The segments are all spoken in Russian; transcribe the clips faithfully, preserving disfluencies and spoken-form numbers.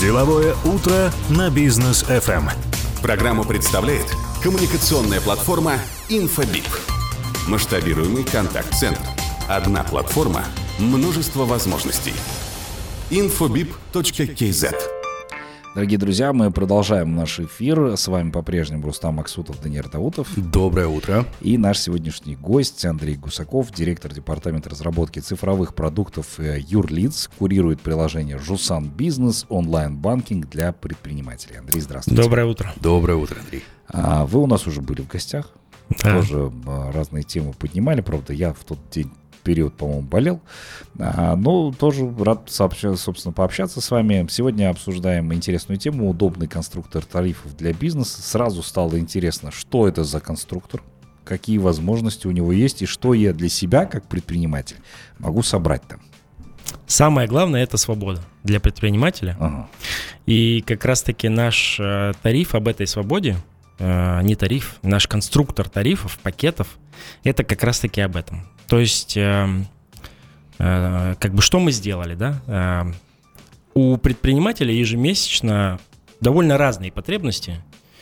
Деловое утро на Бизнес эф эм. Программу представляет коммуникационная платформа «Инфобип». Масштабируемый контакт-центр. Одна платформа, множество возможностей. инфобип точка кей зет. Дорогие друзья, мы продолжаем наш эфир. С вами по-прежнему Рустам Максутов, Даниил Даутов. Доброе утро. И наш сегодняшний гость Андрей Гусаков, директор департамента разработки цифровых продуктов Юрлиц, курирует приложение Жусан Бизнес, онлайн-банкинг для предпринимателей. Андрей, здравствуйте. Доброе утро. Доброе утро, Андрей. А, вы у нас уже были в гостях. Да. Тоже а, разные темы поднимали. Правда, я в тот день период, по-моему, болел. А, но тоже рад, сообща, собственно, пообщаться с вами. Сегодня обсуждаем интересную тему: удобный конструктор тарифов для бизнеса. Сразу стало интересно, что это за конструктор, какие возможности у него есть и что я для себя, как предприниматель, могу собрать там. Самое главное – это свобода для предпринимателя. Ага. И как раз-таки наш э, тариф об этой свободе, э, не тариф, наш конструктор тарифов, пакетов, это как раз-таки об этом. То есть, э, э, как бы что мы сделали, да? Э, у предпринимателя ежемесячно довольно разные потребности,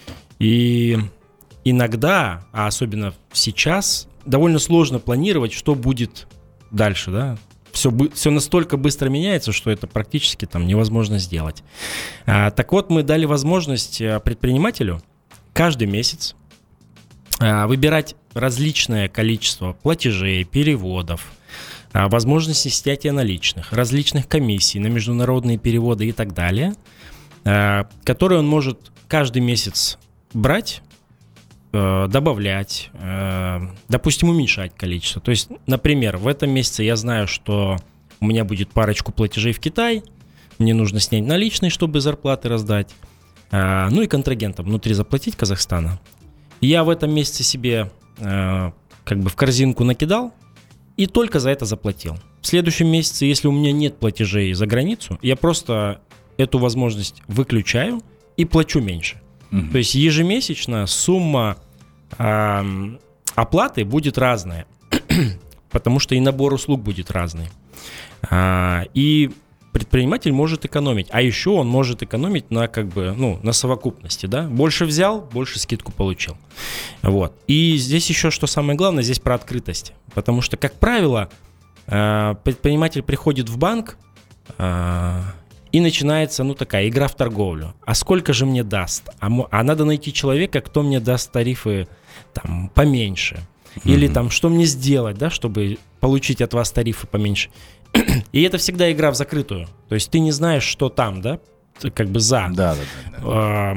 и иногда, а особенно сейчас, довольно сложно планировать, что будет дальше, да? Все, все настолько быстро меняется, что это практически там невозможно сделать. А, так вот, мы дали возможность предпринимателю каждый месяц а, выбирать различное количество платежей, переводов, а, возможности снятия наличных, различных комиссий на международные переводы и так далее, а, которые он может каждый месяц брать, добавлять, допустим, уменьшать количество. То есть, например, в этом месяце я знаю, что у меня будет парочку платежей в Китай, мне нужно снять наличные, чтобы зарплаты раздать, ну и контрагентам внутри заплатить Казахстана. Я в этом месяце себе как бы в корзинку накидал и только за это заплатил. В следующем месяце, если у меня нет платежей за границу, я просто эту возможность выключаю и плачу меньше. То есть ежемесячно сумма э, оплаты будет разная, потому что и набор услуг будет разный. А, и предприниматель может экономить, а еще он может экономить на, как бы, ну, на совокупности, да? Больше взял, больше скидку получил. Вот. И здесь еще, что самое главное, здесь про открытость. Потому что, как правило, э, предприниматель приходит в банк, э, и начинается, ну, такая игра в торговлю. А сколько же мне даст? А, а надо найти человека, кто мне даст тарифы там поменьше. Или mm-hmm. там, что мне сделать, да, чтобы получить от вас тарифы поменьше. И это всегда игра в закрытую. То есть ты не знаешь, что там, да, как бы за. Да, да, да, да. А,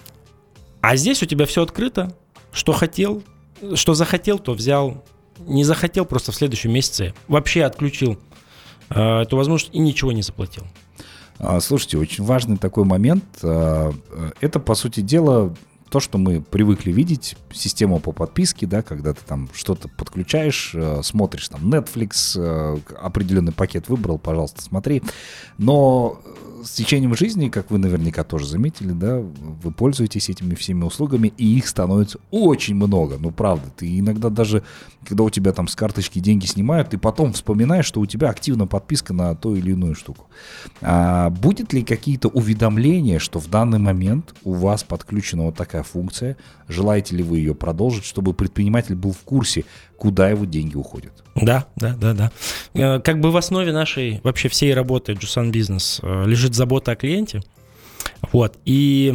а здесь у тебя все открыто. Что хотел, что захотел, то взял. Не захотел, просто в следующем месяце вообще отключил а, эту возможность и ничего не заплатил. Слушайте, очень важный такой момент. Это, по сути дела, то, что мы привыкли видеть, система по подписке, да, когда ты там что-то подключаешь, смотришь там Netflix, определенный пакет выбрал, пожалуйста, смотри. Но с течением жизни, как вы наверняка тоже заметили, да, вы пользуетесь этими всеми услугами, и их становится очень много. Ну, правда, ты иногда даже, когда у тебя там с карточки деньги снимают, ты потом вспоминаешь, что у тебя активна подписка на ту или иную штуку. А будет ли какие-то уведомления, что в данный момент у вас подключена вот такая функция? Желаете ли вы ее продолжить, чтобы предприниматель был в курсе, куда его деньги уходят? Да, да, да, да. Как бы в основе нашей вообще всей работы Жусан Бизнес лежит забота о клиенте. Вот. И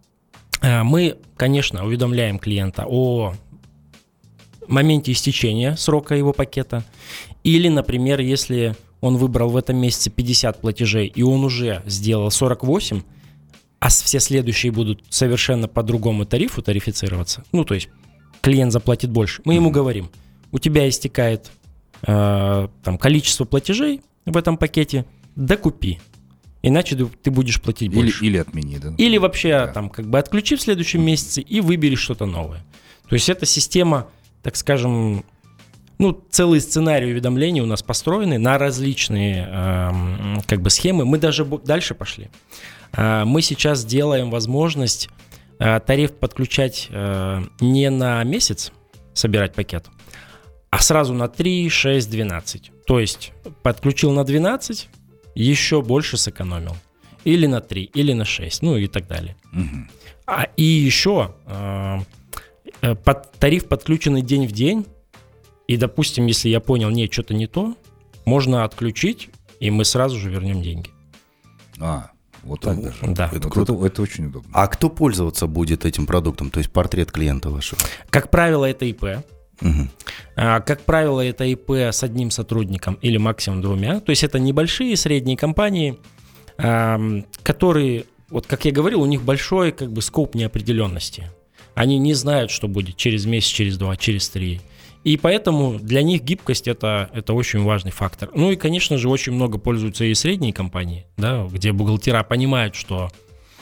мы, конечно, уведомляем клиента о моменте истечения срока его пакета. Или, например, если он выбрал в этом месяце пятьдесят платежей, и он уже сделал сорок восемь, а все следующие будут совершенно по другому тарифу тарифицироваться, ну, то есть клиент заплатит больше, мы ему говорим: у тебя истекает э, там, количество платежей в этом пакете, докупи, иначе ты будешь платить больше. Или, или отмени, да? Или вообще да. там, как бы отключи в следующем месяце и выбери что-то новое. То есть эта система, так скажем, ну, целый сценарий уведомлений у нас построены на различные э, как бы схемы. Мы даже дальше пошли. Э, мы сейчас делаем возможность э, тариф подключать э, не на месяц, собирать пакет, а сразу на три, шесть, двенадцать. То есть подключил на двенадцать, еще больше сэкономил. или на три, или на шесть, ну и так далее. Угу. А, и еще э, под, тариф подключенный день в день, и, допустим, если я понял, нет, что-то не то, можно отключить, и мы сразу же вернем деньги. А, вот так ну, даже. Да. Это, вот это, это очень удобно. А кто пользоваться будет этим продуктом, то есть портрет клиента вашего? Как правило, это ИП. Угу. А, как правило, это ИП с одним сотрудником или максимум двумя. То есть это небольшие, средние компании, а, которые, вот как я говорил, у них большой как бы скоп неопределенности. Они не знают, что будет через месяц, через два, через три. И поэтому для них гибкость это, это очень важный фактор. Ну и, конечно же, очень много пользуются и средние компании, да, где бухгалтера понимают, что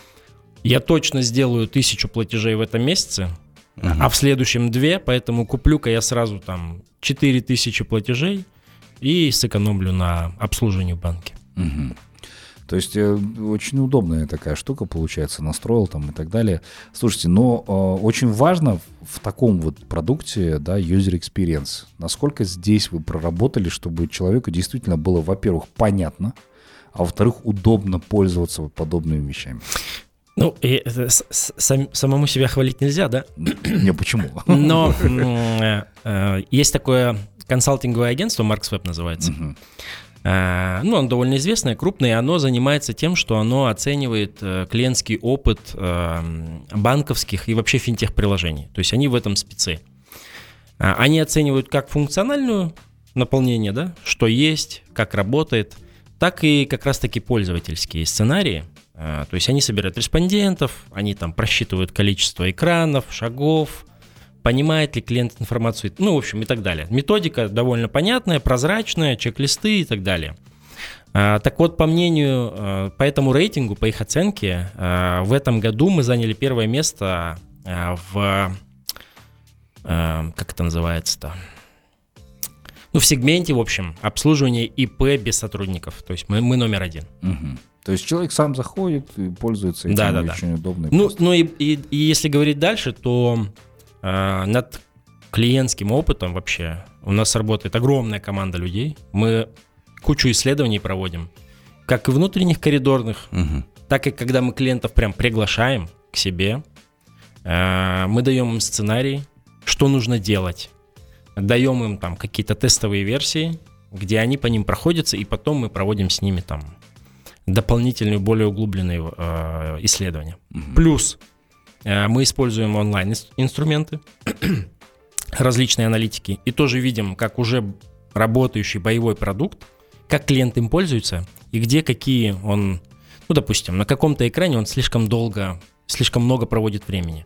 я точно сделаю тысячу платежей в этом месяце, uh-huh. а в следующем две, поэтому куплю-ка я сразу там четыре тысячи платежей и сэкономлю на обслуживании в банке. Uh-huh. То есть э, очень удобная такая штука получается, настроил там и так далее. Слушайте, но э, очень важно в, в таком вот продукте, да, user experience. Насколько здесь вы проработали, чтобы человеку действительно было, во-первых, понятно, а во-вторых, удобно пользоваться вот подобными вещами? Ну, и, э, с, сам, самому себя хвалить нельзя, да? Не, почему? Но э, э, есть такое консалтинговое агентство, Marksweb называется. Uh-huh. Ну, оно довольно известное, крупное, и оно занимается тем, что оно оценивает клиентский опыт банковских и вообще финтех-приложений. То есть они в этом спецы. Они оценивают как функциональную наполнение, да, что есть, как работает, так и как раз-таки пользовательские сценарии. То есть они собирают респондентов, они там просчитывают количество экранов, шагов, понимает ли клиент информацию, ну, в общем, и так далее. Методика довольно понятная, прозрачная, чек-листы и так далее. А, так вот, по мнению, а, по этому рейтингу, по их оценке, а, в этом году мы заняли первое место а, в, а, как это называется-то? Ну, в сегменте, в общем, обслуживания ИП без сотрудников. То есть мы, мы номер один. Угу. То есть человек сам заходит и пользуется этим, да, да, очень да. удобно. Ну, ну и, и, и если говорить дальше, то над клиентским опытом вообще у нас работает огромная команда людей. Мы кучу исследований проводим, как и внутренних коридорных, угу. так и когда мы клиентов прям приглашаем к себе. Мы даем им сценарий, что нужно делать. Даем им там какие-то тестовые версии, где они по ним проходятся, и потом мы проводим с ними там дополнительные, более углубленные э, исследования. Угу. Плюс мы используем онлайн-инструменты, различные аналитики, и тоже видим, как уже работающий боевой продукт, как клиент им пользуется, и где какие он, ну, допустим, на каком-то экране он слишком долго, слишком много проводит времени.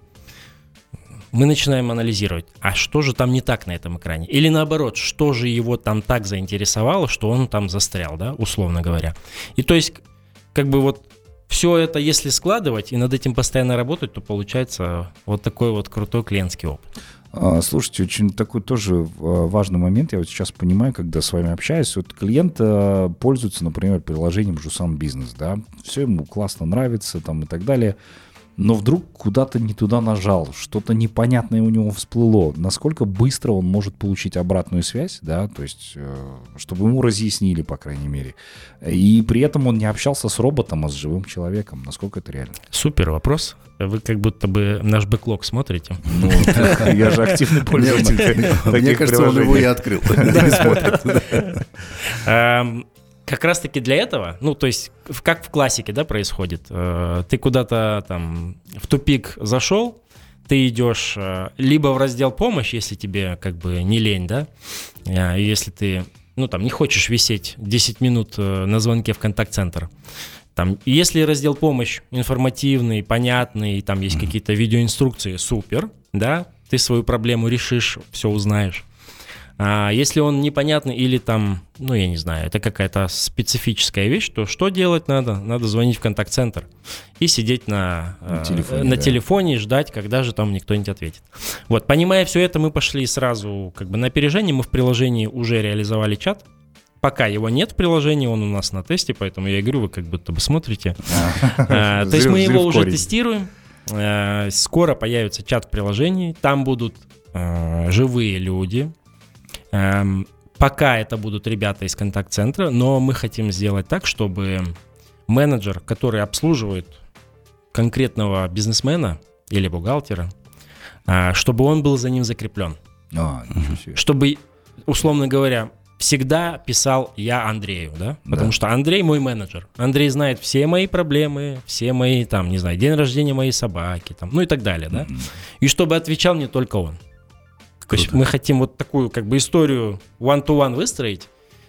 Мы начинаем анализировать, а что же там не так на этом экране? Или наоборот, что же его там так заинтересовало, что он там застрял, да, условно говоря. И то есть, как бы вот, все это, если складывать и над этим постоянно работать, то получается вот такой вот крутой клиентский опыт. Слушайте, очень такой тоже важный момент. Я вот сейчас понимаю, когда с вами общаюсь, вот клиент пользуется, например, приложением Жусан Бизнес, да, все ему классно нравится там и так далее, но вдруг куда-то не туда нажал, что-то непонятное у него всплыло. Насколько быстро он может получить обратную связь, да, то есть, чтобы ему разъяснили, по крайней мере. И при этом он не общался с роботом, а с живым человеком. Насколько это реально? Супер вопрос. Вы как будто бы наш бэклог смотрите. Ну, я же активный пользователь. Мне кажется, он его и открыл. Как раз-таки для этого, ну, то есть, как в классике, да, происходит. Ты куда-то там в тупик зашел, ты идешь либо в раздел «Помощь», если тебе как бы не лень, да, если ты, ну, там, не хочешь висеть десять минут на звонке в контакт-центр. Там, если раздел «Помощь» информативный, понятный, там есть mm-hmm. какие-то видеоинструкции, супер, да, ты свою проблему решишь, все узнаешь. А если он непонятный или там, ну, я не знаю, это какая-то специфическая вещь, то что делать надо? Надо звонить в контакт-центр и сидеть на, на, телефоне, на да. телефоне и ждать, когда же там никто не ответит. Вот, понимая все это, мы пошли сразу как бы на опережение, мы в приложении уже реализовали чат. Пока его нет в приложении, он у нас на тесте, поэтому я и говорю, вы как будто бы смотрите. То есть мы его уже тестируем. Скоро появится чат в приложении, там будут живые люди. Пока это будут ребята из контакт-центра, но мы хотим сделать так, чтобы менеджер, который обслуживает конкретного бизнесмена или бухгалтера, чтобы он был за ним закреплен. А, ничего себе. Чтобы, условно говоря, всегда писал я Андрею, да? Потому Да. что Андрей мой менеджер. Андрей знает все мои проблемы, все мои, там, не знаю, день рождения моей собаки, там, ну и так далее, да? И чтобы отвечал не только он. То есть мы хотим вот такую как бы историю one-to-one выстроить,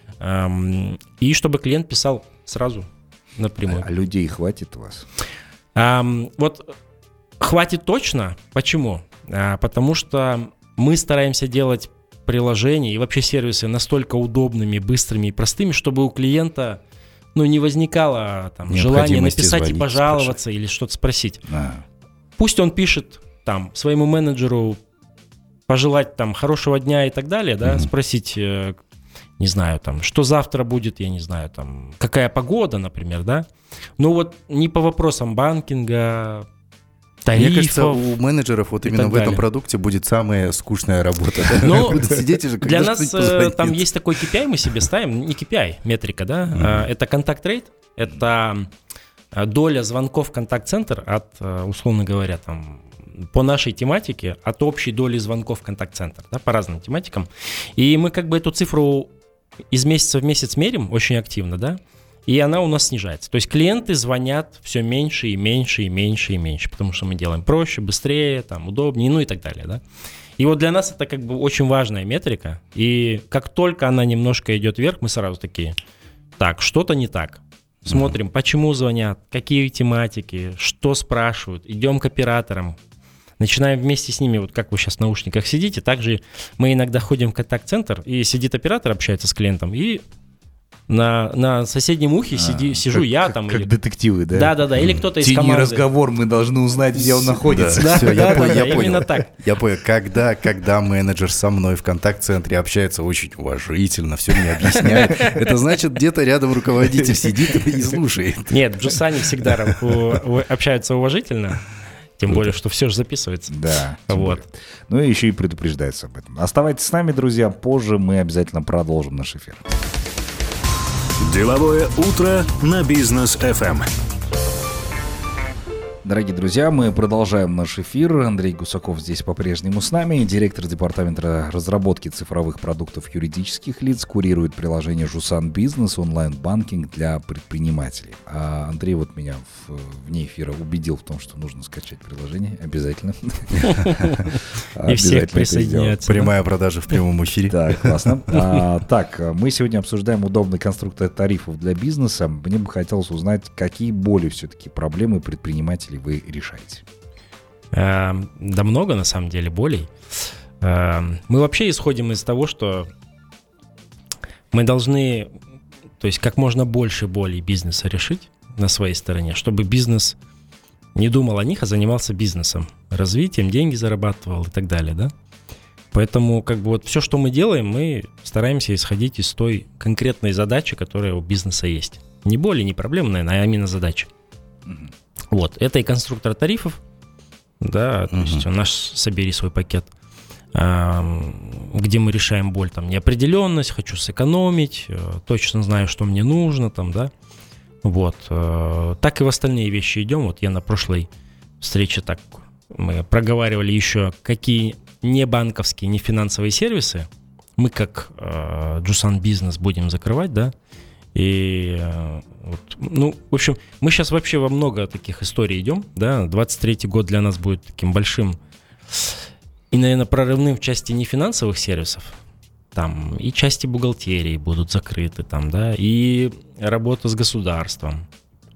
эм, и чтобы клиент писал сразу напрямую. А людей хватит у вас? Эм, вот хватит точно. Почему? А, потому что мы стараемся делать приложения и вообще сервисы настолько удобными, быстрыми и простыми, чтобы у клиента, ну, не возникало там желания Необходимости написать и звонить, пожаловаться или что-то спросить. А, Пусть он пишет там своему менеджеру пожелать там хорошего дня и так далее, да, Мгм. спросить, э, не знаю, там, что завтра будет, я не знаю, там, какая погода, например, да. Ну вот не по вопросам банкинга, тарифов. Мне кажется, у менеджеров вот и именно так в этом далее. продукте будет самая скучная работа. Ну, Будут сидеть и же, Для когда нас что-нибудь э, позвонит. там есть такой кей пи ай, мы себе ставим, не кей пи ай, метрика, да, Мгм. а, это контакт-рейт, это э, доля звонков в контакт-центр от, э, условно говоря, там, по нашей тематике, от общей доли звонков в контакт-центр, да, по разным тематикам. И мы как бы эту цифру из месяца в месяц мерим очень активно, да, и она у нас снижается. То есть клиенты звонят все меньше и меньше и меньше и меньше, потому что мы делаем проще, быстрее, там, удобнее, ну и так далее, да. И вот для нас это как бы очень важная метрика, и как только она немножко идет вверх, мы сразу такие, так, что-то не так. Смотрим, почему звонят, какие тематики, что спрашивают, идем к операторам, начинаем вместе с ними, вот как вы сейчас в наушниках сидите, также мы иногда ходим в контакт-центр, и сидит оператор, общается с клиентом, и на, на соседнем ухе сиди, а, сижу как- я как- там. Как или... детективы, да? Да-да-да, или кто-то из Тени команды. разговор, мы должны узнать, где он находится. Да, Все, я да, понял, да, я именно понял. так. Я понял, когда, когда менеджер со мной в контакт-центре общается очень уважительно, все мне объясняет, это значит, где-то рядом руководитель сидит и слушает. Нет, в Джусане всегда ра- у- у- общаются уважительно, тем более, что все же записывается. Да. тем Вот. более. Ну и еще и предупреждается об этом. Оставайтесь с нами, друзья. Позже мы обязательно продолжим наш эфир. Деловое утро на бизнес эф эм. Дорогие друзья, мы продолжаем наш эфир. Андрей Гусаков здесь по-прежнему с нами. Директор департамента разработки цифровых продуктов юридических лиц, курирует приложение Жусан Бизнес, онлайн-банкинг для предпринимателей. А Андрей вот меня в, вне эфира убедил в том, что нужно скачать приложение. Обязательно. И всех присоединяться. Прямая продажа в прямом эфире. Да, классно. А, так, мы сегодня обсуждаем удобный конструктор тарифов для бизнеса. Мне бы хотелось узнать, какие более все-таки проблемы предпринимателей вы решаете. Э, Да много, на самом деле, болей. Э, Мы вообще исходим из того, что мы должны, то есть как можно больше болей бизнеса решить на своей стороне, чтобы бизнес не думал о них, а занимался бизнесом, развитием, деньги зарабатывал и так далее, да? Поэтому как бы вот все, что мы делаем, мы стараемся исходить из той конкретной задачи, которая у бизнеса есть. Не боли, не проблемы, наверное, а именно задачи. Вот, это и конструктор тарифов, да, то Мгм. есть наш «Собери свой пакет», ам, где мы решаем боль, там, неопределенность, хочу сэкономить, э, точно знаю, что мне нужно, там, да, вот, э, так и в остальные вещи идем, вот я на прошлой встрече так, мы проговаривали еще, какие не банковские, не финансовые сервисы мы как э, Жусан Бизнес будем закрывать, да, и э, вот, ну, в общем, мы сейчас вообще во много таких историй идем, да, двадцать третий год для нас будет таким большим и, наверное, прорывным в части нефинансовых сервисов, там и части бухгалтерии будут закрыты, там, да, и работа с государством,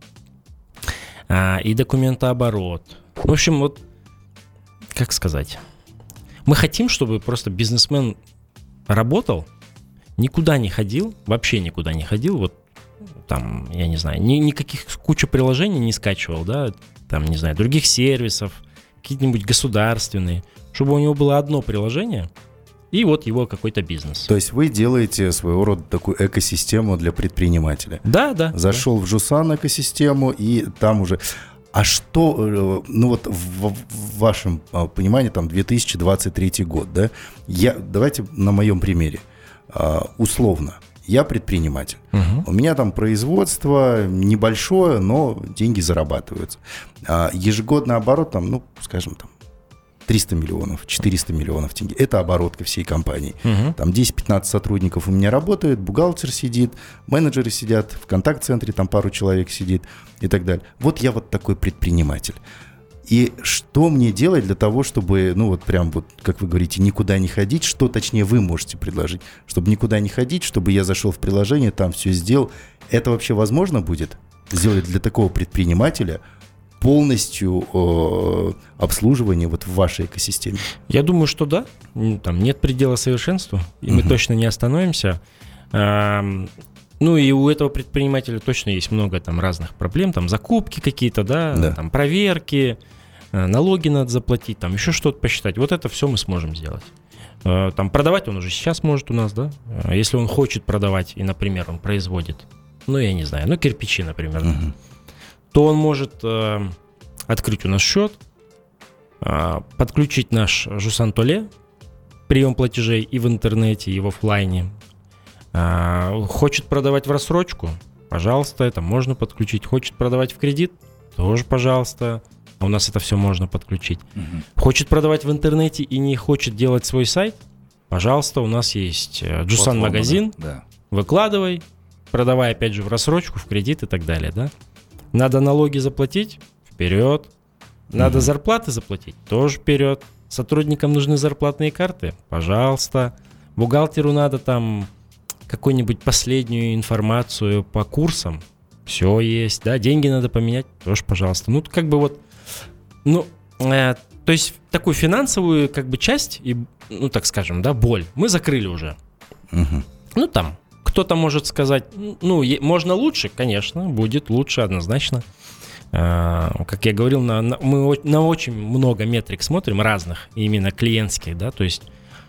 а, и документооборот. В общем, вот, как сказать, мы хотим, чтобы просто бизнесмен работал, никуда не ходил, вообще никуда не ходил, вот там, я не знаю, ни, никаких кучу приложений не скачивал, да, там, не знаю, других сервисов, какие-нибудь государственные, чтобы у него было одно приложение и вот его какой-то бизнес. То есть вы делаете своего рода такую экосистему для предпринимателя. Да, да. Зашел в Жусан экосистему, и там уже... А что, э, ну вот в, в вашем а, понимании, там две тысячи двадцать третий год, да? Я, давайте на моем примере. А, условно, Я предприниматель. Угу. У меня там производство небольшое, но деньги зарабатываются. А ежегодный оборот там, ну, скажем, там триста миллионов, четыреста миллионов тенге. Это оборотка всей компании. Угу. Там десять-пятнадцать сотрудников у меня работает, бухгалтер сидит, менеджеры сидят, в контакт-центре там пару человек сидит и так далее. Вот я вот такой предприниматель. И что мне делать для того, чтобы, ну вот прям вот, как вы говорите, никуда не ходить? Что, точнее, вы можете предложить? Чтобы никуда не ходить, чтобы я зашел в приложение, там все сделал. Это вообще возможно будет сделать для такого предпринимателя полностью э, обслуживание вот в вашей экосистеме? Я думаю, что да. Там нет предела совершенству, и мы Мгм. точно не остановимся. Ам, Ну и у этого предпринимателя точно есть много там разных проблем, там закупки какие-то, да, Да. там проверки, э, налоги надо заплатить, там еще что-то посчитать. Вот это все мы сможем сделать. Э, Там продавать он уже сейчас может у нас, да, Э, если он хочет продавать и, например, он производит, ну я не знаю, ну кирпичи, например, да, Мгм. то он может э, открыть у нас счет, э, подключить наш Жусан Толе, прием платежей и в интернете, и в офлайне. А, хочет продавать в рассрочку? Пожалуйста, это можно подключить. Хочет продавать в кредит? Тоже пожалуйста. А у нас это все можно подключить. Мгм. Хочет продавать в интернете и не хочет делать свой сайт? Пожалуйста, у нас есть э, Жусан Платформа, магазин. Да. Выкладывай, продавай опять же в рассрочку, в кредит и так далее, да? Надо налоги заплатить? Вперед. Надо Мгм. зарплаты заплатить? Тоже вперед. Сотрудникам нужны зарплатные карты? Пожалуйста. Бухгалтеру надо там какую-нибудь последнюю информацию по курсам? Все есть, да? Деньги надо поменять? Тоже пожалуйста. Ну, как бы вот, ну, э, то есть такую финансовую как бы часть и, ну, так скажем, да, боль мы закрыли уже. Мгм. Ну, там, кто-то может сказать, ну, е- можно лучше, конечно, будет лучше однозначно. А, как я говорил, на, на- мы о- на очень много метрик смотрим разных, именно клиентских, да, то есть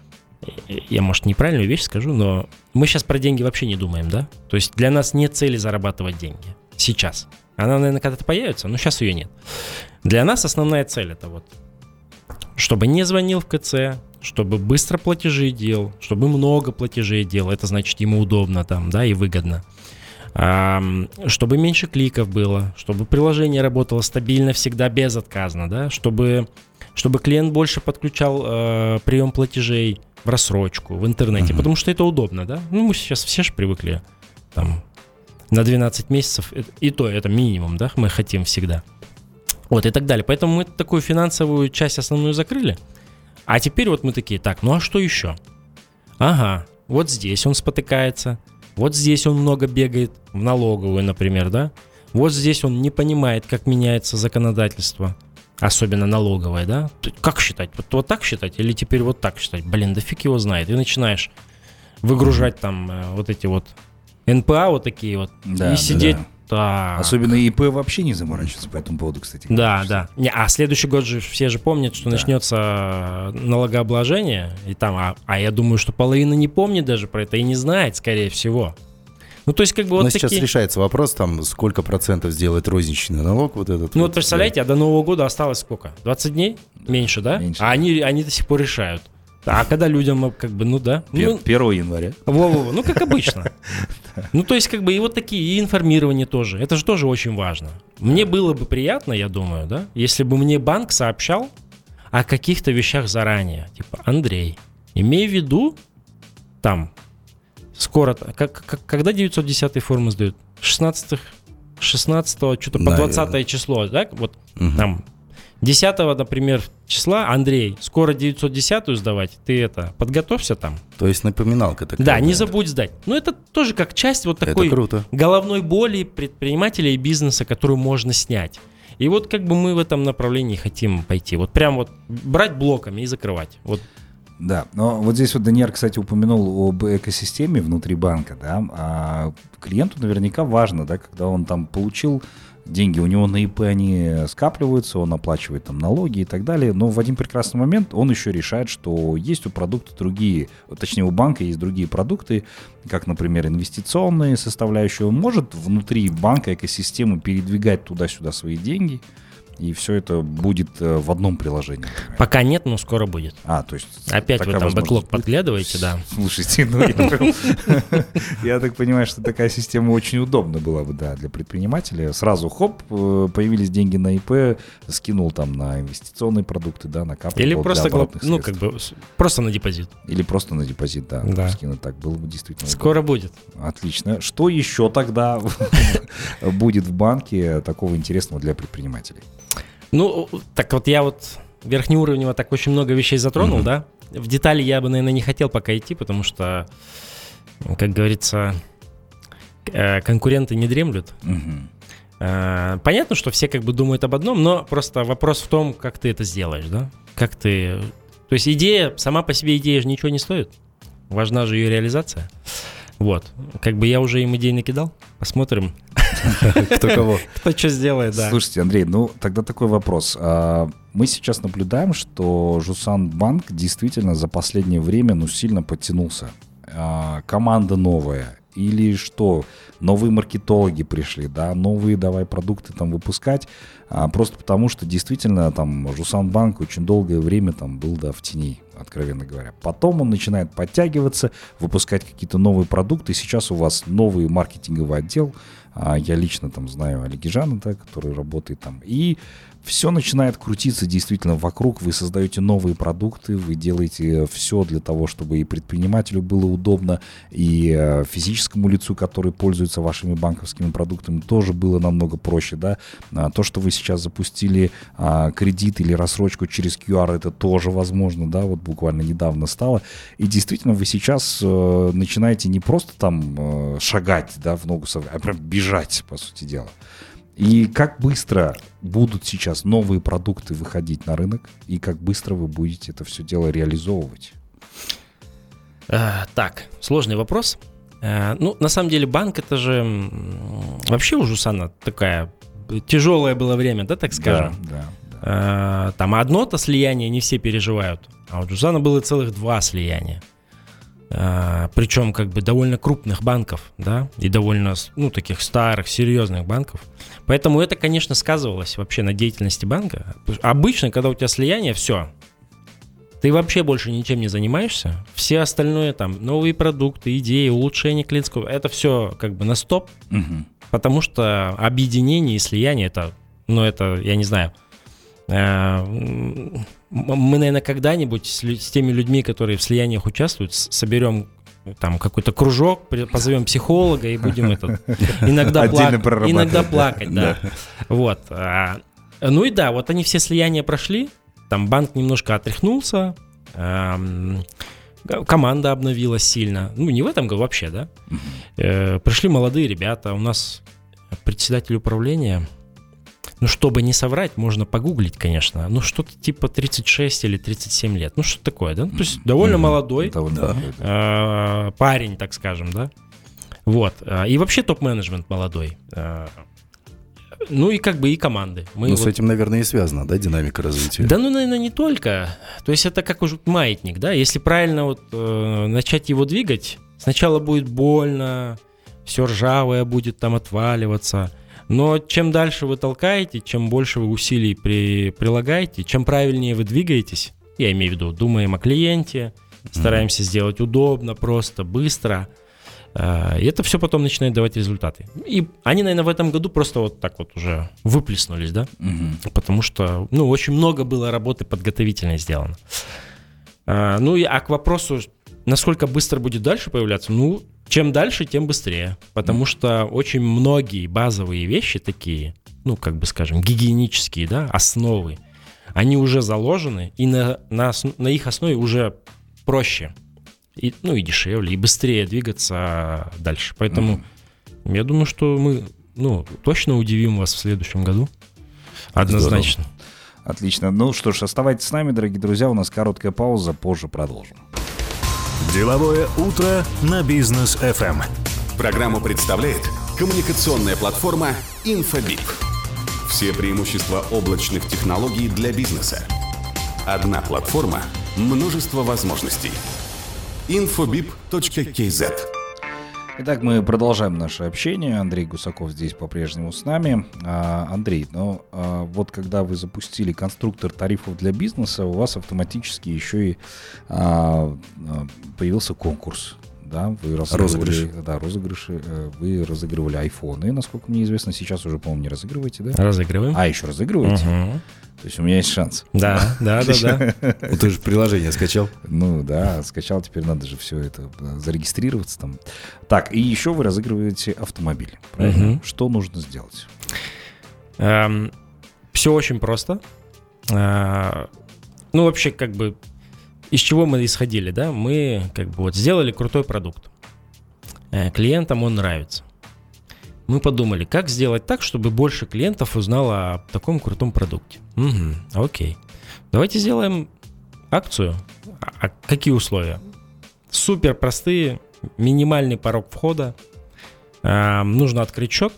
э, я, может, неправильную вещь скажу, но мы сейчас про деньги вообще не думаем, да, то есть для нас нет цели зарабатывать деньги сейчас. Она, наверное, когда-то появится, но сейчас ее нет. Для нас основная цель это вот, чтобы не звонил в КЦ, чтобы быстро платежи делал, чтобы много платежей делал, это значит ему удобно там, да, и выгодно. А, чтобы меньше кликов было, чтобы приложение работало стабильно, всегда безотказно, да, чтобы, чтобы клиент больше подключал э, прием платежей в рассрочку, в интернете, Мгм. потому что это удобно, да. Ну, мы сейчас все же привыкли там на двенадцать месяцев, это- и то это минимум, да, мы хотим всегда. Вот и так далее. Поэтому мы такую финансовую часть основную закрыли. А теперь вот мы такие, так, ну а что еще? Ага, вот здесь он спотыкается, вот здесь он много бегает в налоговую, например, да? Вот здесь он не понимает, как меняется законодательство, особенно налоговое, да? Т- Как считать? Вот, вот так считать или теперь вот так считать? Блин, да фиг его знает. И начинаешь выгружать там э, вот эти вот эн пэ а вот такие вот Да, и да, сидеть. да. Так. Особенно ИП вообще не заморачиваться по этому поводу, кстати. Да, говоря. да. Не, а следующий год же все же помнят, что Да. начнется налогообложение, и там, а, а я думаю, что половина не помнит даже про это и не знает, скорее всего. Ну, то есть, как бы вот Но такие... сейчас решается вопрос, там, сколько процентов сделает розничный налог вот этот. Ну, вот представляете, а до Нового года осталось сколько? двадцать дней? Меньше, да? меньше. А они, они до сих пор решают. А когда людям, как бы, ну да. Пер- Ну, первого января. во-во-во, ну, как обычно. Ну, то есть, как бы, и вот такие, и информирование тоже. Это же тоже очень важно. Мне было бы приятно, я думаю, да, если бы мне банк сообщал о каких-то вещах заранее. Типа, Андрей, имей в виду, там, скоро, как, как- когда девятьсот десятые формы сдают? шестнадцатого, шестнадцатого, что-то по Наверное. двадцатое число, да? Вот Мгм. там десятого, например, числа, Андрей, скоро девятьсот десятую сдавать, ты это, подготовься там. То есть напоминалка такая. Да, не да. забудь сдать. Ну, это тоже как часть вот Это такой круто. головной боли предпринимателя и бизнеса, которую можно снять. И вот как бы мы в этом направлении хотим пойти. Вот прям вот брать блоками и закрывать. Вот. Да, но вот здесь вот Даниил, кстати, упомянул об экосистеме внутри банка, да, а клиенту наверняка важно, да, когда он там получил деньги, у него на ИП они скапливаются, он оплачивает там налоги и так далее, но в один прекрасный момент он еще решает, что есть у продукта другие, точнее у банка есть другие продукты, как, например, инвестиционные составляющие, он может внутри банка экосистемы передвигать туда-сюда свои деньги, И все это будет э, в одном приложении. Пока нет, но скоро будет. А, то есть... Опять вы там бэклог подглядываете, да. Слушайте, ну я так понимаю, что такая система очень удобна была бы, да, для предпринимателя. Сразу, хоп, появились деньги на ИП, скинул там на инвестиционные продукты, да, на капитал. Или просто, ну, как бы, просто на депозит. Или просто на депозит, да. Да. Скинуть так было бы действительно. Скоро будет. Отлично. Что еще тогда будет в банке такого интересного для предпринимателей? Ну, так вот я вот верхнеуровнево так очень много вещей затронул, mm-hmm. да. В детали я бы, наверное, не хотел пока идти, потому что, как говорится, конкуренты не дремлют. Mm-hmm. Понятно, что все как бы думают об одном, но просто вопрос в том, как ты это сделаешь, да. Как ты... То есть идея, сама по себе идея же ничего не стоит. Важна же ее реализация. Вот. Как бы я уже им идей накидал. Посмотрим, кто кого. Кто что сделает, да. Слушайте, Андрей, ну тогда такой вопрос. Мы сейчас наблюдаем, что Жусанбанк действительно за последнее время ну, сильно подтянулся. Команда новая. Или что, новые маркетологи пришли, да, новые давай продукты там выпускать, а, просто потому что действительно там Жусанбанк очень долгое время там был, да, в тени, откровенно говоря. Потом он начинает подтягиваться, выпускать какие-то новые продукты. Сейчас у вас новый маркетинговый отдел. А, я лично там знаю Олега Жана, да, который работает там. И все начинает крутиться действительно вокруг. Вы создаете новые продукты, вы делаете все для того, чтобы и предпринимателю было удобно, и физическому лицу, который пользуется вашими банковскими продуктами, тоже было намного проще. Да? То, что вы сейчас запустили кредит или рассрочку через ку ар, это тоже возможно, да, вот буквально недавно стало. И действительно вы сейчас начинаете не просто там шагать, да, в ногу, а прям бежать, по сути дела. И как быстро будут сейчас новые продукты выходить на рынок, и как быстро вы будете это все дело реализовывать? А, так, сложный вопрос. А, ну, на самом деле, банк — это же вообще у Жусана такая тяжелое было время, да, так скажем? Да, да, да. А, там одно-то слияние не все переживают, а у Жусана было целых два слияния. Uh, причем как бы довольно крупных банков, да, и довольно, ну, таких старых, серьезных банков. Поэтому это, конечно, сказывалось вообще на деятельности банка. Обычно, когда у тебя слияние, все, ты вообще больше ничем не занимаешься. Все остальное там, новые продукты, идеи, улучшение клиентского, это все как бы на стоп, угу. Потому что объединение и слияние это, ну, это, я не знаю, мы, наверное, когда-нибудь с, с теми людьми, которые в слияниях участвуют, соберем там какой-то кружок, позовем психолога и будем это иногда, пла- иногда плакать. Да. Да. Вот. Ну и да, вот они все слияния прошли, там банк немножко отряхнулся, команда обновилась сильно. Ну, не в этом году вообще, да. Пришли молодые ребята, у нас председатель управления... Ну, чтобы не соврать, можно погуглить, конечно. Ну, что-то типа тридцать шесть или тридцать семь лет. Ну, что такое, да? То есть довольно mm-hmm. молодой да. э, парень, так скажем, да? Вот. И вообще топ-менеджмент молодой. Ну, и как бы и команды. Мы ну, вот... с этим, наверное, и связано, да, динамика развития? Да, ну, наверное, не только. То есть это как уже маятник, да? Если правильно вот э, начать его двигать, сначала будет больно, все ржавое будет там отваливаться. Но чем дальше вы толкаете, чем больше вы усилий при, прилагаете, чем правильнее вы двигаетесь, я имею в виду, думаем о клиенте, стараемся mm-hmm. сделать удобно, просто, быстро, и это все потом начинает давать результаты. И они, наверное, в этом году просто вот так вот уже выплеснулись, да, mm-hmm. потому что, ну, очень много было работы подготовительной сделано. Ну, и, а к вопросу, насколько быстро будет дальше появляться, ну, чем дальше, тем быстрее, потому что очень многие базовые вещи такие, ну, как бы скажем, гигиенические, да, основы, они уже заложены, и на, на, на их основе уже проще, и, ну, и дешевле, и быстрее двигаться дальше. Поэтому mm-hmm. я думаю, что мы, ну, точно удивим вас в следующем году, однозначно. Здорово. Отлично. Ну что ж, оставайтесь с нами, дорогие друзья, у нас короткая пауза, позже продолжим. Деловое утро на Бизнес эф эм. Программу представляет коммуникационная платформа InfoBip. Все преимущества облачных технологий для бизнеса. Одна платформа, множество возможностей. инфобип точка кей зет. Итак, мы продолжаем наше общение. Андрей Гусаков здесь по-прежнему с нами. А, Андрей, ну а, вот когда вы запустили конструктор тарифов для бизнеса, у вас автоматически еще и а, появился конкурс. Да, вы разыгрывали, да, розыгрыши, вы разыгрывали айфоны, насколько мне известно. Сейчас уже, по-моему, не разыгрываете, да? Разыгрываем. А, еще разыгрываете? Угу. То есть у меня есть шанс. Да, да, да, да. Ну, ты же приложение скачал. Ну да, скачал, теперь надо же все это зарегистрироваться там. Так, и еще вы разыгрываете автомобиль, правильно? Угу. Что нужно сделать? Эм, все очень просто. Э, ну, вообще, как бы, из чего мы исходили, да? Мы, как бы, вот сделали крутой продукт. Э, клиентам он нравится. Мы подумали, как сделать так, чтобы больше клиентов узнало о таком крутом продукте. Угу, окей. Давайте сделаем акцию. А какие условия? Супер простые, минимальный порог входа. А, нужно открыть счет.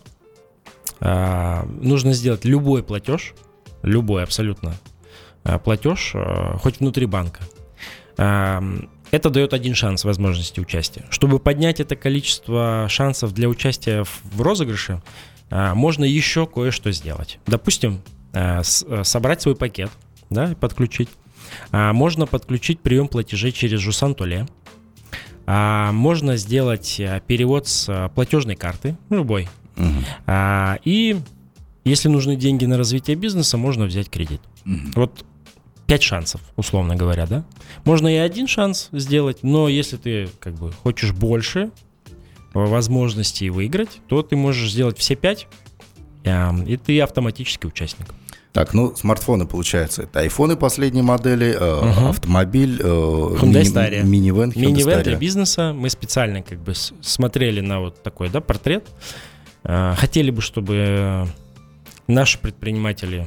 А, нужно сделать любой платеж, любой абсолютно а, платеж, а, хоть внутри банка. А, Это дает один шанс возможности участия. Чтобы поднять это количество шансов для участия в розыгрыше, можно еще кое-что сделать. Допустим, собрать свой пакет, да, и подключить. Можно подключить прием платежей через Жусан Толе. Можно сделать перевод с платежной карты, любой. Угу. И если нужны деньги на развитие бизнеса, можно взять кредит. Угу. Вот пять шансов, условно говоря, да? Можно и один шанс сделать, но если ты как бы хочешь больше возможностей выиграть, то ты можешь сделать все пять, и ты автоматически участник. Так, ну, смартфоны, получается, это айфоны последней модели, э, угу. автомобиль, э, Hyundai Staria. Мини, минивэн, Минивэн для бизнеса. Мы специально как бы смотрели на вот такой, да, портрет. Э, хотели бы, чтобы наши предприниматели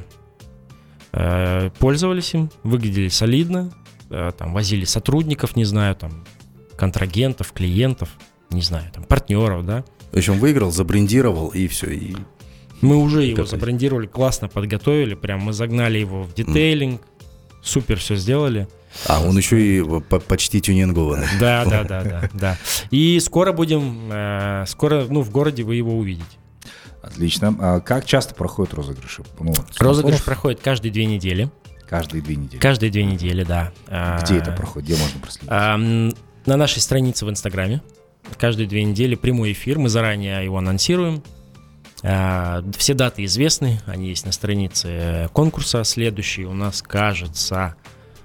пользовались им, выглядели солидно, там, возили сотрудников, не знаю, там, контрагентов, клиентов, не знаю, там, партнеров, да. В общем, выиграл, забрендировал, и все. И... Мы уже его Какой? забрендировали, классно подготовили, прям мы загнали его в детейлинг, mm. супер все сделали. А, он еще и почти тюнингованный. Да, да, да, да, да. И скоро будем, скоро, ну, в городе вы его увидите. Отлично. А как часто проходят розыгрыши? Ну, Розыгрыш проходит каждые две недели. Каждые две недели? Каждые две недели, да. Где а, это проходит? Где можно проследить? А, на нашей странице в Инстаграме. Каждые две недели прямой эфир. Мы заранее его анонсируем. А, все даты известны. Они есть на странице конкурса. Следующий у нас, кажется...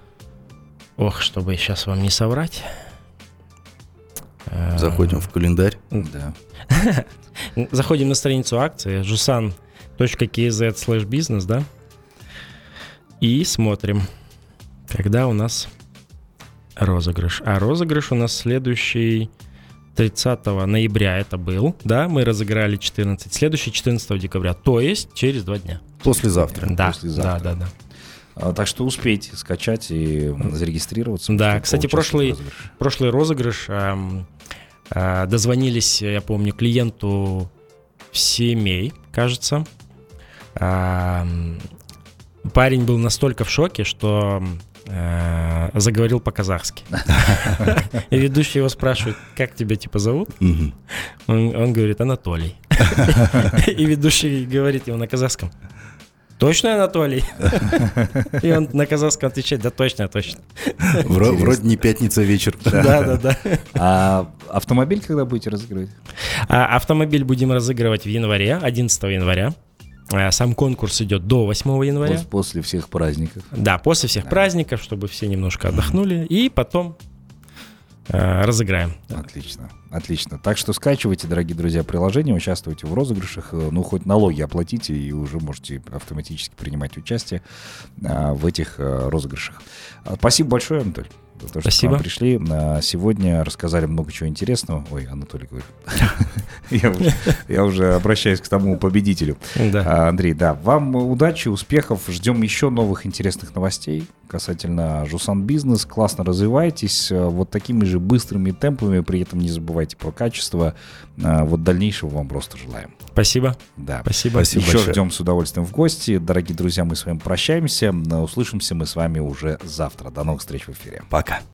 Ох, чтобы сейчас вам не соврать. Заходим в календарь. Да. Заходим на страницу акции жусан точка кей зет слэш бизнес, да, и смотрим, когда у нас розыгрыш. А розыгрыш у нас следующий тридцатого ноября это был, да, мы разыграли четырнадцать, следующий четырнадцатого декабря, то есть через два дня. Послезавтра. Да, Послезавтра. да, да, да. Так что успейте скачать и зарегистрироваться. Да, кстати, прошлый, прошлый розыгрыш... Эм, дозвонились, я помню, клиенту в семей, кажется. Парень был настолько в шоке, что заговорил по-казахски. И ведущий его спрашивает, как тебя типа зовут? Он, он говорит, Анатолий. И ведущий говорит ему на казахском, точно Анатолий? И он на казахском отвечает, да точно, точно. Вроде, вроде не пятница вечер. Да, да, да. А автомобиль когда будете разыгрывать? А, автомобиль будем разыгрывать в январе, одиннадцатого января. А, сам конкурс идет до восьмого января. После, после всех праздников. Да, после всех да. праздников, чтобы все немножко отдохнули. И потом а, разыграем. Отлично, отлично. Так что скачивайте, дорогие друзья, приложение, участвуйте в розыгрышах. Ну, хоть налоги оплатите, и уже можете автоматически принимать участие а, в этих а, розыгрышах. Спасибо большое, Анатолий. За то, что Спасибо. К нам пришли. Сегодня рассказали много чего интересного. Ой, Анатолий говорит. я, уже, я уже обращаюсь к тому победителю. Да. Андрей, да, вам удачи, успехов. Ждем еще новых интересных новостей касательно Жусан Бизнес. Классно развивайтесь. Вот такими же быстрыми темпами. При этом не забывайте про качество. Вот дальнейшего вам просто желаем. Спасибо. Да. Спасибо. Спасибо еще большое. Ждем с удовольствием в гости. Дорогие друзья, мы с вами прощаемся. Услышимся мы с вами уже завтра. До новых встреч в эфире. Пока.